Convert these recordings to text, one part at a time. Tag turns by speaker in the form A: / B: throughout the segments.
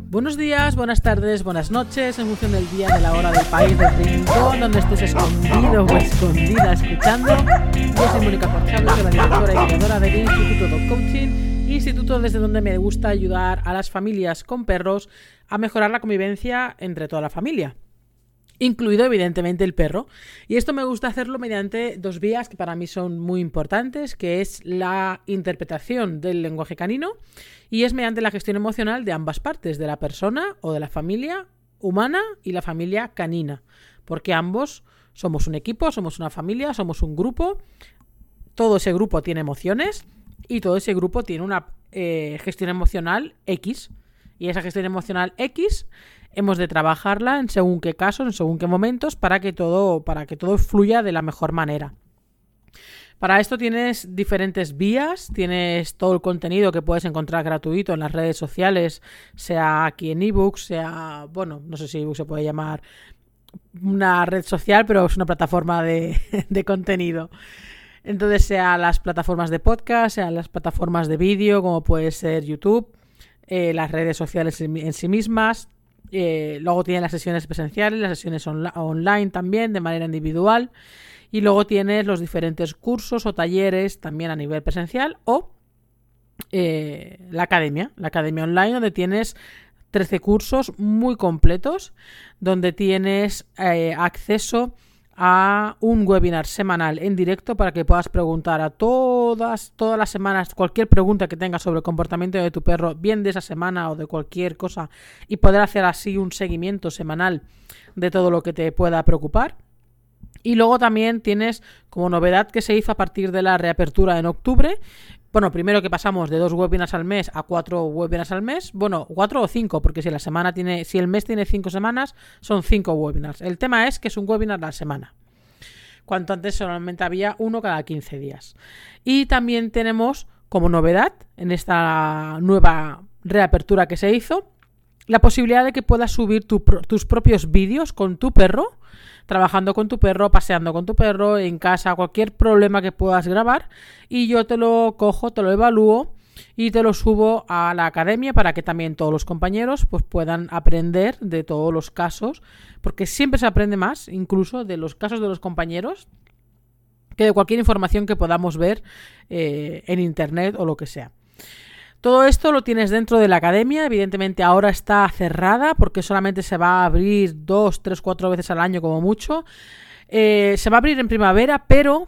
A: Buenos días, buenas tardes, buenas noches, en función del día, de la hora, del país, del rincón, donde estés escondido o escondida escuchando. Yo soy Mónica Corchado, soy la directora y creadora del Instituto Dog Coaching, instituto desde donde me gusta ayudar a las familias con perros a mejorar la convivencia entre toda la familia, incluido evidentemente el perro. Y esto me gusta hacerlo mediante dos vías que para mí son muy importantes, que es la interpretación del lenguaje canino y es mediante la gestión emocional de ambas partes, de la persona o de la familia humana y la familia canina, porque ambos somos un equipo, somos una familia, somos un grupo, todo ese grupo tiene emociones y todo ese grupo tiene una gestión emocional X, y esa gestión emocional X hemos de trabajarla en según qué casos, en según qué momentos, para que todo fluya de la mejor manera. Para esto tienes diferentes vías, tienes todo el contenido que puedes encontrar gratuito en las redes sociales, sea aquí en ebooks, sea, bueno, no sé si ebook se puede llamar una red social, pero es una plataforma de contenido. Entonces, sea las plataformas de podcast, sean las plataformas de vídeo, como puede ser YouTube, las redes sociales en sí mismas. Luego tiene las sesiones presenciales, las sesiones online también, de manera individual. Y luego tienes los diferentes cursos o talleres también a nivel presencial o la academia online, donde tienes 13 cursos muy completos, donde tienes acceso a un webinar semanal en directo para que puedas preguntar a todas las semanas cualquier pregunta que tengas sobre el comportamiento de tu perro, bien de esa semana o de cualquier cosa, y poder hacer así un seguimiento semanal de todo lo que te pueda preocupar. Y luego también tienes como novedad que se hizo a partir de la reapertura en octubre. Bueno, primero que pasamos de 2 webinars al mes a 4 webinars al mes. Bueno, 4 o 5, porque si el mes tiene 5 semanas, son 5 webinars. El tema es que es un webinar a la semana, cuanto antes solamente había uno cada 15 días. Y también tenemos como novedad en esta nueva reapertura que se hizo, la posibilidad de que puedas subir tus propios vídeos con tu perro, trabajando con tu perro, paseando con tu perro, en casa, cualquier problema que puedas grabar, y yo te lo cojo, te lo evalúo y te lo subo a la academia para que también todos los compañeros pues puedan aprender de todos los casos, porque siempre se aprende más, incluso de los casos de los compañeros, que de cualquier información que podamos ver en internet o lo que sea. Todo esto lo tienes dentro de la academia. Evidentemente ahora está cerrada porque solamente se va a abrir 2, 3, 4 veces al año como mucho. Se va a abrir en primavera, pero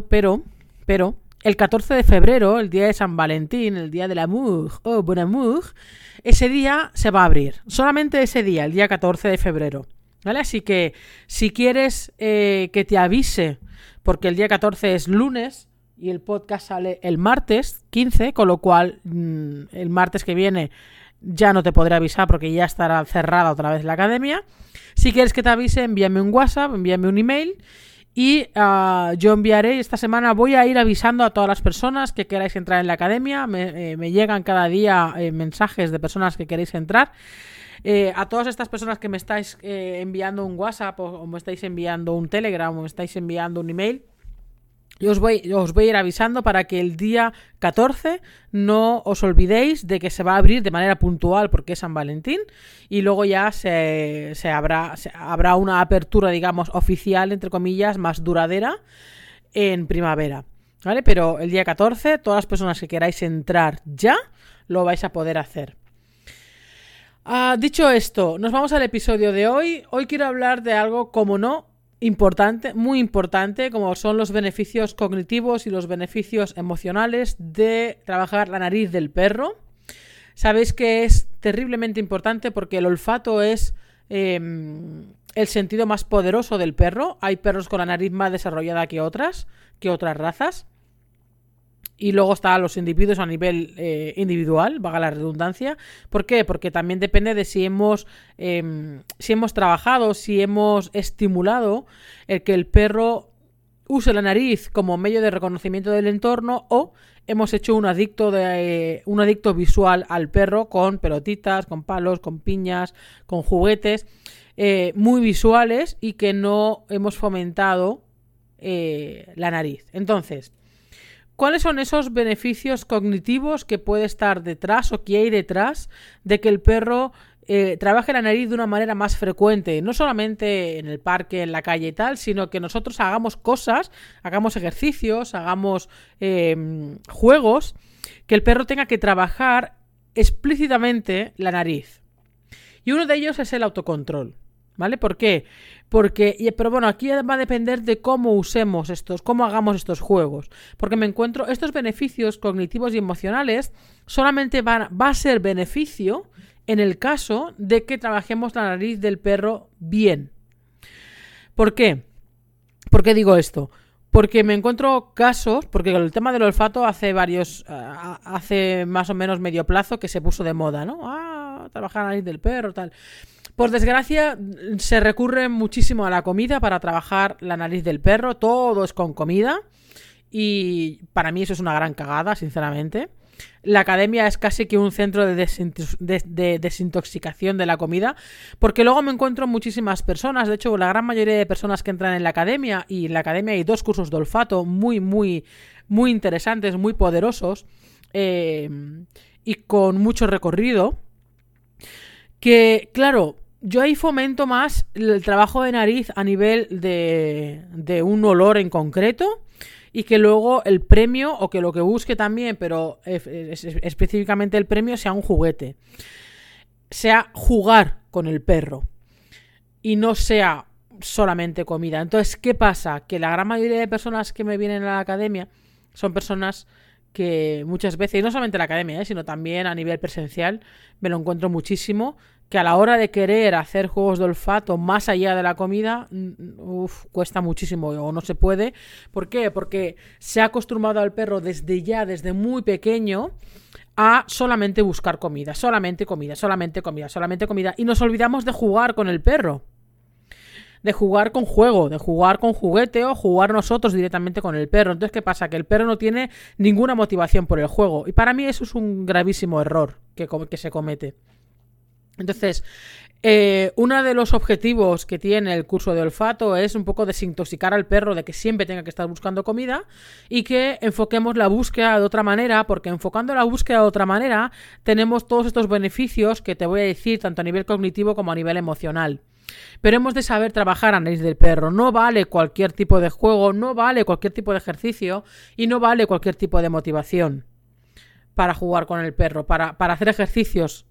A: el 14 de febrero, el día de San Valentín, el día de l'amour, bon amour, ese día se va a abrir. Solamente ese día, el día 14 de febrero. ¿Vale? Así que si quieres que te avise, porque el día 14 es lunes, y el podcast sale el martes 15, con lo cual el martes que viene ya no te podré avisar porque ya estará cerrada otra vez la academia. Si quieres que te avise, envíame un WhatsApp, envíame un email y yo enviaré, esta semana voy a ir avisando a todas las personas que queráis entrar en la academia. Me llegan cada día mensajes de personas que queréis entrar. A todas estas personas que me estáis enviando un WhatsApp o me estáis enviando un Telegram o me estáis enviando un email, yo os voy a ir avisando para que el día 14 no os olvidéis de que se va a abrir de manera puntual porque es San Valentín, y luego ya habrá una apertura, digamos, oficial, entre comillas, más duradera en primavera, ¿vale? Pero el día 14, todas las personas que queráis entrar ya, lo vais a poder hacer. Dicho esto, nos vamos al episodio de hoy. Hoy quiero hablar de algo, como no, importante, muy importante, como son los beneficios cognitivos y los beneficios emocionales de trabajar la nariz del perro. Sabéis que es terriblemente importante porque el olfato es el sentido más poderoso del perro. Hay perros con la nariz más desarrollada que otras razas. Y luego están los individuos a nivel individual, valga la redundancia. ¿Por qué? Porque también depende de si hemos trabajado, si hemos estimulado el que el perro use la nariz como medio de reconocimiento del entorno, o hemos hecho un adicto visual al perro con pelotitas, con palos, con piñas, con juguetes muy visuales, y que no hemos fomentado la nariz. Entonces, ¿cuáles son esos beneficios cognitivos que puede estar detrás o que hay detrás de que el perro trabaje la nariz de una manera más frecuente, no solamente en el parque, en la calle y tal, sino que nosotros hagamos cosas, hagamos ejercicios, hagamos juegos, que el perro tenga que trabajar explícitamente la nariz. Y uno de ellos es el autocontrol, ¿vale? ¿Por qué? Pero bueno, aquí va a depender de cómo usemos cómo hagamos estos juegos. Porque me encuentro, estos beneficios cognitivos y emocionales solamente va a ser beneficio en el caso de que trabajemos la nariz del perro bien. ¿Por qué? ¿Por qué digo esto? Porque me encuentro casos, porque con el tema del olfato hace más o menos medio plazo que se puso de moda, ¿no? Trabajar la nariz del perro, tal. Por desgracia, se recurre muchísimo a la comida para trabajar la nariz del perro. Todo es con comida. Y para mí eso es una gran cagada, sinceramente. La academia es casi que un centro de desintoxicación de la comida, porque luego me encuentro muchísimas personas, de hecho la gran mayoría de personas que entran en la academia, y en la academia hay 2 cursos de olfato muy, muy, muy interesantes, muy poderosos, y con mucho recorrido, que claro, yo ahí fomento más el trabajo de nariz a nivel de un olor en concreto, y que luego el premio, o que lo que busque también, pero específicamente el premio, sea un juguete. Sea jugar con el perro. Y no sea solamente comida. Entonces, ¿qué pasa? Que la gran mayoría de personas que me vienen a la academia son personas que muchas veces, y no solamente en la academia, sino también a nivel presencial, me lo encuentro muchísimo, que a la hora de querer hacer juegos de olfato más allá de la comida, cuesta muchísimo o no se puede. ¿Por qué? Porque se ha acostumbrado al perro desde muy pequeño a solamente buscar comida, solamente comida, solamente comida, solamente comida, y nos olvidamos de jugar con el perro. De jugar con juego, de jugar con juguete o jugar nosotros directamente con el perro. Entonces, ¿qué pasa? Que el perro no tiene ninguna motivación por el juego. Y para mí eso es un gravísimo error que se comete. Entonces, uno de los objetivos que tiene el curso de olfato es un poco desintoxicar al perro de que siempre tenga que estar buscando comida, y que enfoquemos la búsqueda de otra manera, porque enfocando la búsqueda de otra manera tenemos todos estos beneficios que te voy a decir, tanto a nivel cognitivo como a nivel emocional. Pero hemos de saber trabajar a nariz del perro. No vale cualquier tipo de juego, no vale cualquier tipo de ejercicio, y no vale cualquier tipo de motivación para jugar con el perro, para hacer ejercicios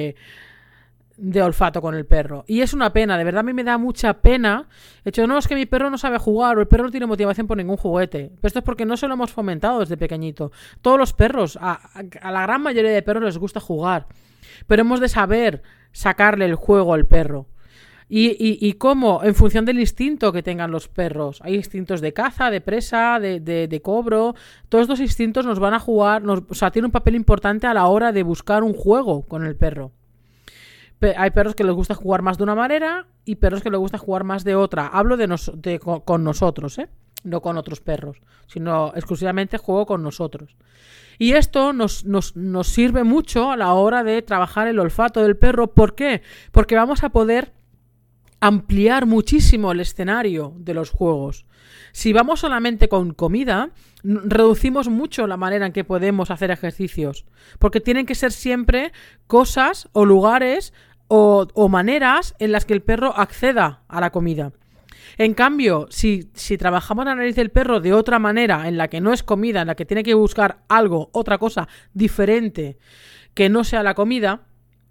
A: de olfato con el perro. Y es una pena, de verdad a mí me da mucha pena. De hecho, no, es que mi perro no sabe jugar, o el perro no tiene motivación por ningún juguete. Pero esto es porque no se lo hemos fomentado desde pequeñito. Todos los perros, a la gran mayoría de perros les gusta jugar, pero hemos de saber sacarle el juego al perro. Y cómo, en función del instinto que tengan los perros. Hay instintos de caza, de presa, de cobro. Todos estos instintos nos van a jugar, o sea, tienen un papel importante a la hora de buscar un juego con el perro. Hay perros que les gusta jugar más de una manera y perros que les gusta jugar más de otra. Hablo con nosotros, no con otros perros, sino exclusivamente juego con nosotros. Y esto nos sirve mucho a la hora de trabajar el olfato del perro. ¿Por qué? Porque vamos a poder ampliar muchísimo el escenario de los juegos. Si vamos solamente con comida, reducimos mucho la manera en que podemos hacer ejercicios, porque tienen que ser siempre cosas o lugares o maneras en las que el perro acceda a la comida. En cambio, si trabajamos la nariz del perro de otra manera, en la que no es comida, en la que tiene que buscar algo, otra cosa diferente que no sea la comida,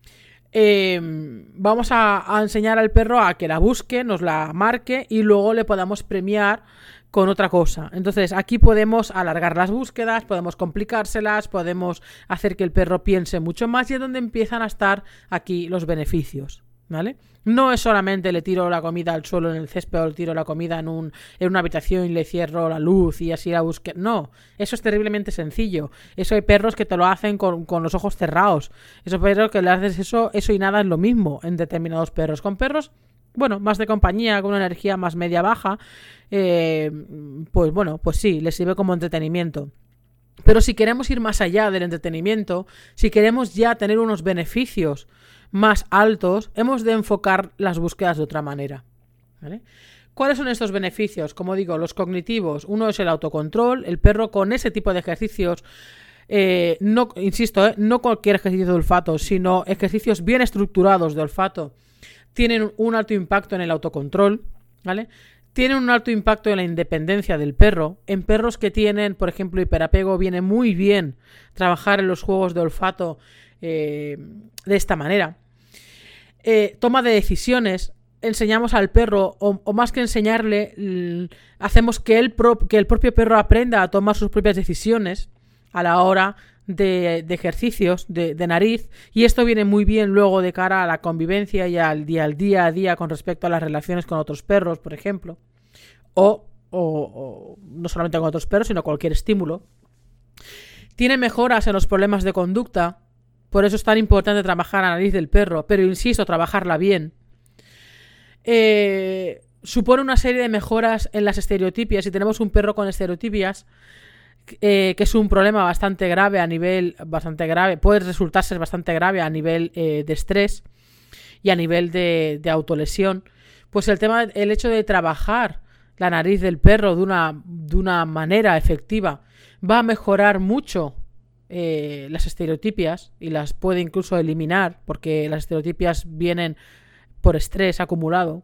A: vamos a enseñar al perro a que la busque, nos la marque y luego le podamos premiar con otra cosa. Entonces aquí podemos alargar las búsquedas, podemos complicárselas, podemos hacer que el perro piense mucho más, y es donde empiezan a estar aquí los beneficios, ¿vale? No es solamente le tiro la comida al suelo en el césped, o le tiro la comida en una habitación y le cierro la luz y así la busque. No, eso es terriblemente sencillo. Eso hay perros que te lo hacen con los ojos cerrados. Esos perros que le haces eso y nada es lo mismo en determinados perros. Con perros, bueno, más de compañía, con una energía más media-baja, pues bueno, pues sí, les sirve como entretenimiento. Pero si queremos ir más allá del entretenimiento, si queremos ya tener unos beneficios más altos, hemos de enfocar las búsquedas de otra manera, ¿vale? ¿Cuáles son estos beneficios? Como digo, los cognitivos. Uno es el autocontrol. El perro con ese tipo de ejercicios No, insisto, no cualquier ejercicio de olfato, sino ejercicios bien estructurados de olfato tienen un alto impacto en el autocontrol, ¿vale? Tienen un alto impacto en la independencia del perro. En perros que tienen, por ejemplo, hiperapego, viene muy bien trabajar en los juegos de olfato de esta manera. Toma de decisiones. Enseñamos al perro, o más que enseñarle, hacemos que el propio perro aprenda a tomar sus propias decisiones a la hora de ejercicios de nariz, y esto viene muy bien luego de cara a la convivencia y al día a día con respecto a las relaciones con otros perros, por ejemplo, o no solamente con otros perros, sino cualquier estímulo. Tiene mejoras en los problemas de conducta, por eso es tan importante trabajar la nariz del perro, pero insisto, trabajarla bien. Supone una serie de mejoras en las estereotipias. Si tenemos un perro con estereotipias, que es un problema bastante grave puede resultar ser bastante grave a nivel de estrés y a nivel de autolesión, pues el hecho de trabajar la nariz del perro de una manera efectiva va a mejorar mucho las estereotipias, y las puede incluso eliminar, porque las estereotipias vienen por estrés acumulado.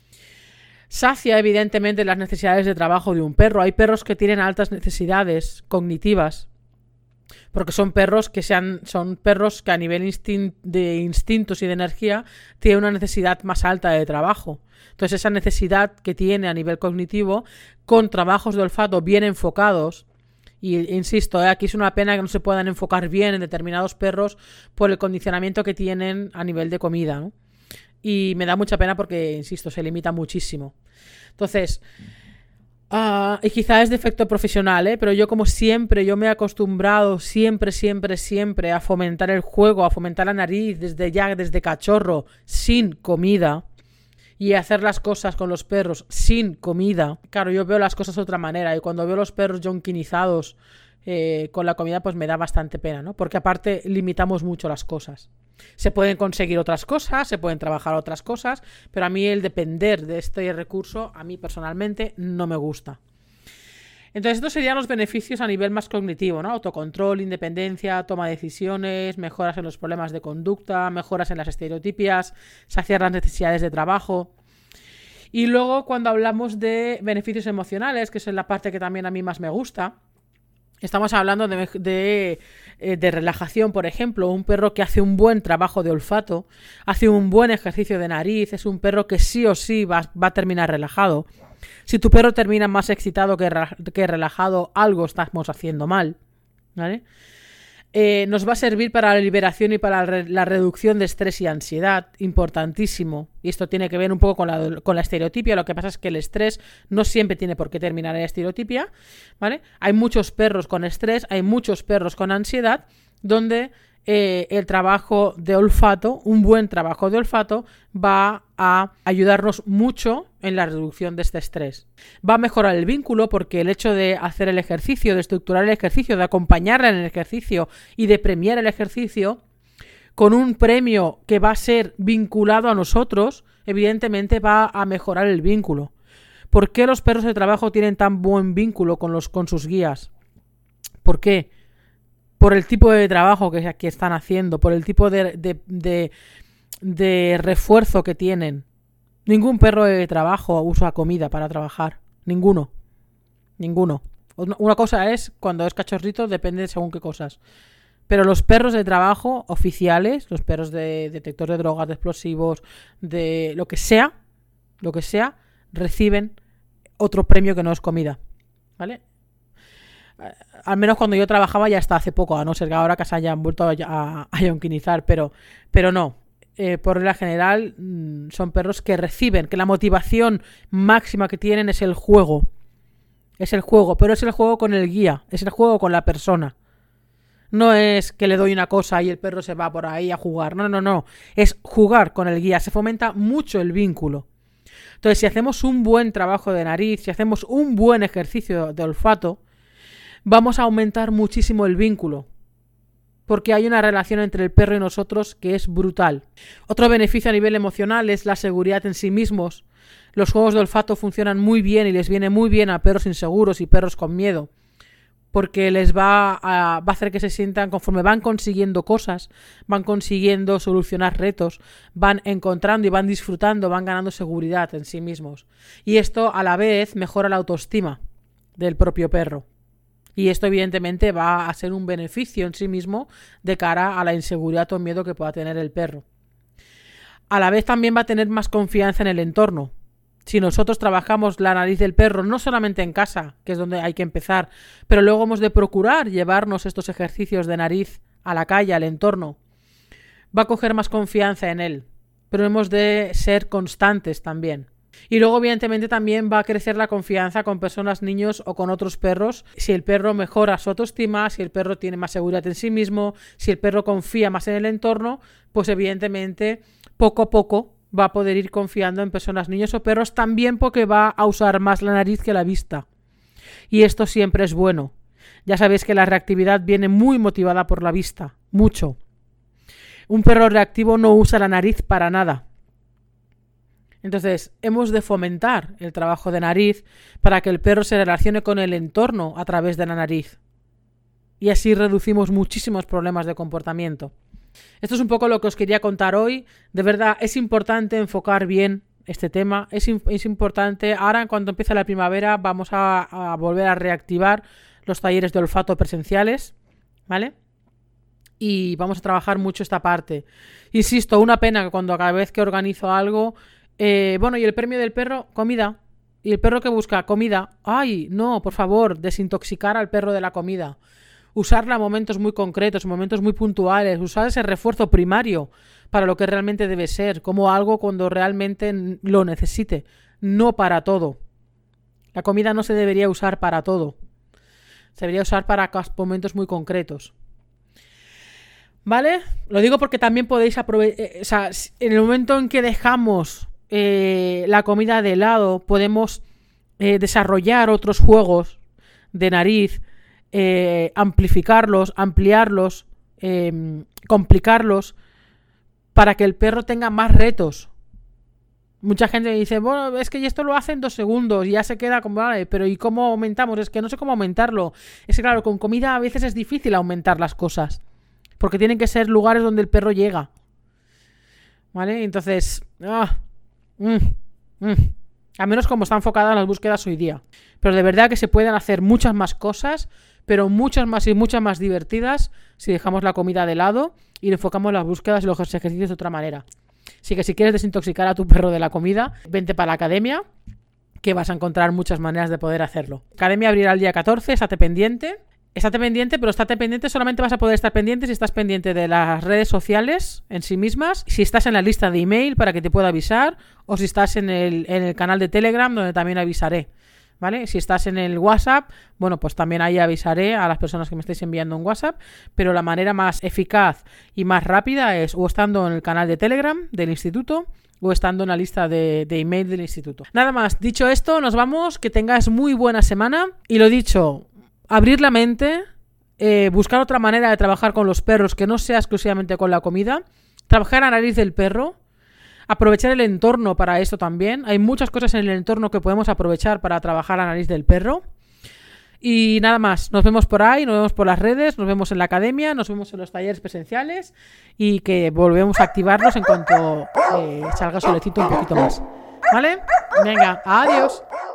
A: Sacia evidentemente las necesidades de trabajo de un perro. Hay perros que tienen altas necesidades cognitivas, porque son perros que a nivel de instintos y de energía tienen una necesidad más alta de trabajo. Entonces esa necesidad que tiene a nivel cognitivo, con trabajos de olfato bien enfocados, y insisto, aquí es una pena que no se puedan enfocar bien en determinados perros por el condicionamiento que tienen a nivel de comida, ¿no? Y me da mucha pena porque, insisto, se limita muchísimo. Entonces, y quizá es defecto profesional, pero yo yo me he acostumbrado siempre a fomentar el juego, a fomentar la nariz desde cachorro, sin comida, y hacer las cosas con los perros sin comida. Claro, yo veo las cosas de otra manera, y cuando veo los perros jonquinizados con la comida, pues me da bastante pena, ¿no? Porque aparte limitamos mucho las cosas. Se pueden conseguir otras cosas, se pueden trabajar otras cosas, pero a mí el depender de este recurso, a mí personalmente, no me gusta. Entonces estos serían los beneficios a nivel más cognitivo, ¿no? Autocontrol, independencia, toma de decisiones, mejoras en los problemas de conducta, mejoras en las estereotipias, saciar las necesidades de trabajo. Y luego cuando hablamos de beneficios emocionales, que es la parte que también a mí más me gusta, estamos hablando de relajación, por ejemplo. Un perro que hace un buen trabajo de olfato, hace un buen ejercicio de nariz, es un perro que sí o sí va a terminar relajado. Si tu perro termina más excitado que relajado, algo estamos haciendo mal, ¿vale? Nos va a servir para la liberación y para la reducción de estrés y ansiedad, importantísimo. Y esto tiene que ver un poco con la estereotipia. Lo que pasa es que el estrés no siempre tiene por qué terminar en estereotipia, ¿vale? Hay muchos perros con estrés, hay muchos perros con ansiedad, donde el trabajo de olfato, un buen trabajo de olfato, va a ayudarnos mucho en la reducción de este estrés. Va a mejorar el vínculo, porque el hecho de hacer el ejercicio, de estructurar el ejercicio, de acompañarla en el ejercicio y de premiar el ejercicio con un premio que va a ser vinculado a nosotros, evidentemente va a mejorar el vínculo. ¿Por qué los perros de trabajo tienen tan buen vínculo con sus guías? ¿Por qué? Por el tipo de trabajo que están haciendo, por el tipo de refuerzo que tienen. Ningún perro de trabajo usa comida para trabajar. Ninguno. Una cosa es cuando es cachorrito, depende de según qué cosas. Pero los perros de trabajo oficiales, los perros de detector de drogas, de explosivos, de lo que sea, reciben otro premio que no es comida, ¿vale? Al menos cuando yo trabajaba, ya hasta hace poco, a no ser que ahora que se hayan vuelto a yonquinizar, pero no. Por regla general, son perros que reciben, que la motivación máxima que tienen es el juego. Pero es el juego con el guía, es el juego con la persona. No es que le doy una cosa y el perro se va por ahí a jugar. No. Es jugar con el guía. Se fomenta mucho el vínculo. Entonces, si hacemos un buen trabajo de nariz, si hacemos un buen ejercicio de olfato, vamos a aumentar muchísimo el vínculo, porque hay una relación entre el perro y nosotros que es brutal. Otro beneficio a nivel emocional es la seguridad en sí mismos. Los juegos de olfato funcionan muy bien y les viene muy bien a perros inseguros y perros con miedo, porque les va a hacer que se sientan, conforme van consiguiendo cosas, van consiguiendo solucionar retos, van encontrando y van disfrutando, van ganando seguridad en sí mismos. Y esto a la vez mejora la autoestima del propio perro. Y esto evidentemente va a ser un beneficio en sí mismo de cara a la inseguridad o miedo que pueda tener el perro. A la vez también va a tener más confianza en el entorno. Si nosotros trabajamos la nariz del perro, no solamente en casa, que es donde hay que empezar, pero luego hemos de procurar llevarnos estos ejercicios de nariz a la calle, al entorno, va a coger más confianza en él. Pero hemos de ser constantes también. Y luego, evidentemente, también va a crecer la confianza con personas, niños o con otros perros. Si el perro mejora su autoestima, si el perro tiene más seguridad en sí mismo, si el perro confía más en el entorno, pues evidentemente, poco a poco va a poder ir confiando en personas, niños o perros, también porque va a usar más la nariz que la vista. Y esto siempre es bueno. Ya sabéis que la reactividad viene muy motivada por la vista, mucho. Un perro reactivo no usa la nariz para nada. Entonces, hemos de fomentar el trabajo de nariz para que el perro se relacione con el entorno a través de la nariz. Y así reducimos muchísimos problemas de comportamiento. Esto es un poco lo que os quería contar hoy. De verdad, es importante enfocar bien este tema. Es importante. Ahora, cuando empiece la primavera, vamos a volver a reactivar los talleres de olfato presenciales, ¿vale? Y vamos a trabajar mucho esta parte. Insisto, una pena que cada vez que organizo algo... bueno, y el premio del perro, comida. Y el perro que busca comida. ¡Ay, no, por favor! Desintoxicar al perro de la comida. Usarla en momentos muy concretos, en momentos muy puntuales. Usar ese refuerzo primario para lo que realmente debe ser. Como algo cuando realmente lo necesite. No para todo. La comida no se debería usar para todo. Se debería usar para momentos muy concretos. ¿Vale? Lo digo porque también podéis aprovechar... o sea, en el momento en que dejamos la comida de lado, podemos desarrollar otros juegos de nariz, amplificarlos, ampliarlos, complicarlos, para que el perro tenga más retos. Mucha gente dice, bueno, es que esto lo hace en 2 segundos y ya se queda como, vale, pero ¿y cómo aumentamos? Es que no sé cómo aumentarlo. Es que claro, con comida a veces es difícil aumentar las cosas, porque tienen que ser lugares donde el perro llega. ¿Vale? Entonces, al menos como está enfocada en las búsquedas hoy día. Pero de verdad que se pueden hacer muchas más cosas, pero muchas más y muchas más divertidas si dejamos la comida de lado y enfocamos las búsquedas y los ejercicios de otra manera. Así que si quieres desintoxicar a tu perro de la comida, vente para la academia, que vas a encontrar muchas maneras de poder hacerlo. La academia abrirá el día 14, estate pendiente. Estate pendiente, pero estate pendiente, solamente vas a poder estar pendiente si estás pendiente de las redes sociales en sí mismas, si estás en la lista de email para que te pueda avisar, o si estás en el canal de Telegram, donde también avisaré, ¿vale? Si estás en el WhatsApp, bueno, pues también ahí avisaré a las personas que me estéis enviando un WhatsApp, pero la manera más eficaz y más rápida es o estando en el canal de Telegram del instituto, o estando en la lista de email del instituto. Nada más, dicho esto, nos vamos, que tengas muy buena semana, y lo dicho... Abrir la mente, buscar otra manera de trabajar con los perros que no sea exclusivamente con la comida, trabajar a la nariz del perro, aprovechar el entorno para esto también. Hay muchas cosas en el entorno que podemos aprovechar para trabajar a la nariz del perro. Y nada más, nos vemos por ahí, nos vemos por las redes, nos vemos en la academia, nos vemos en los talleres presenciales y que volvemos a activarlos en cuanto salga solecito un poquito más. ¿Vale? Venga, adiós.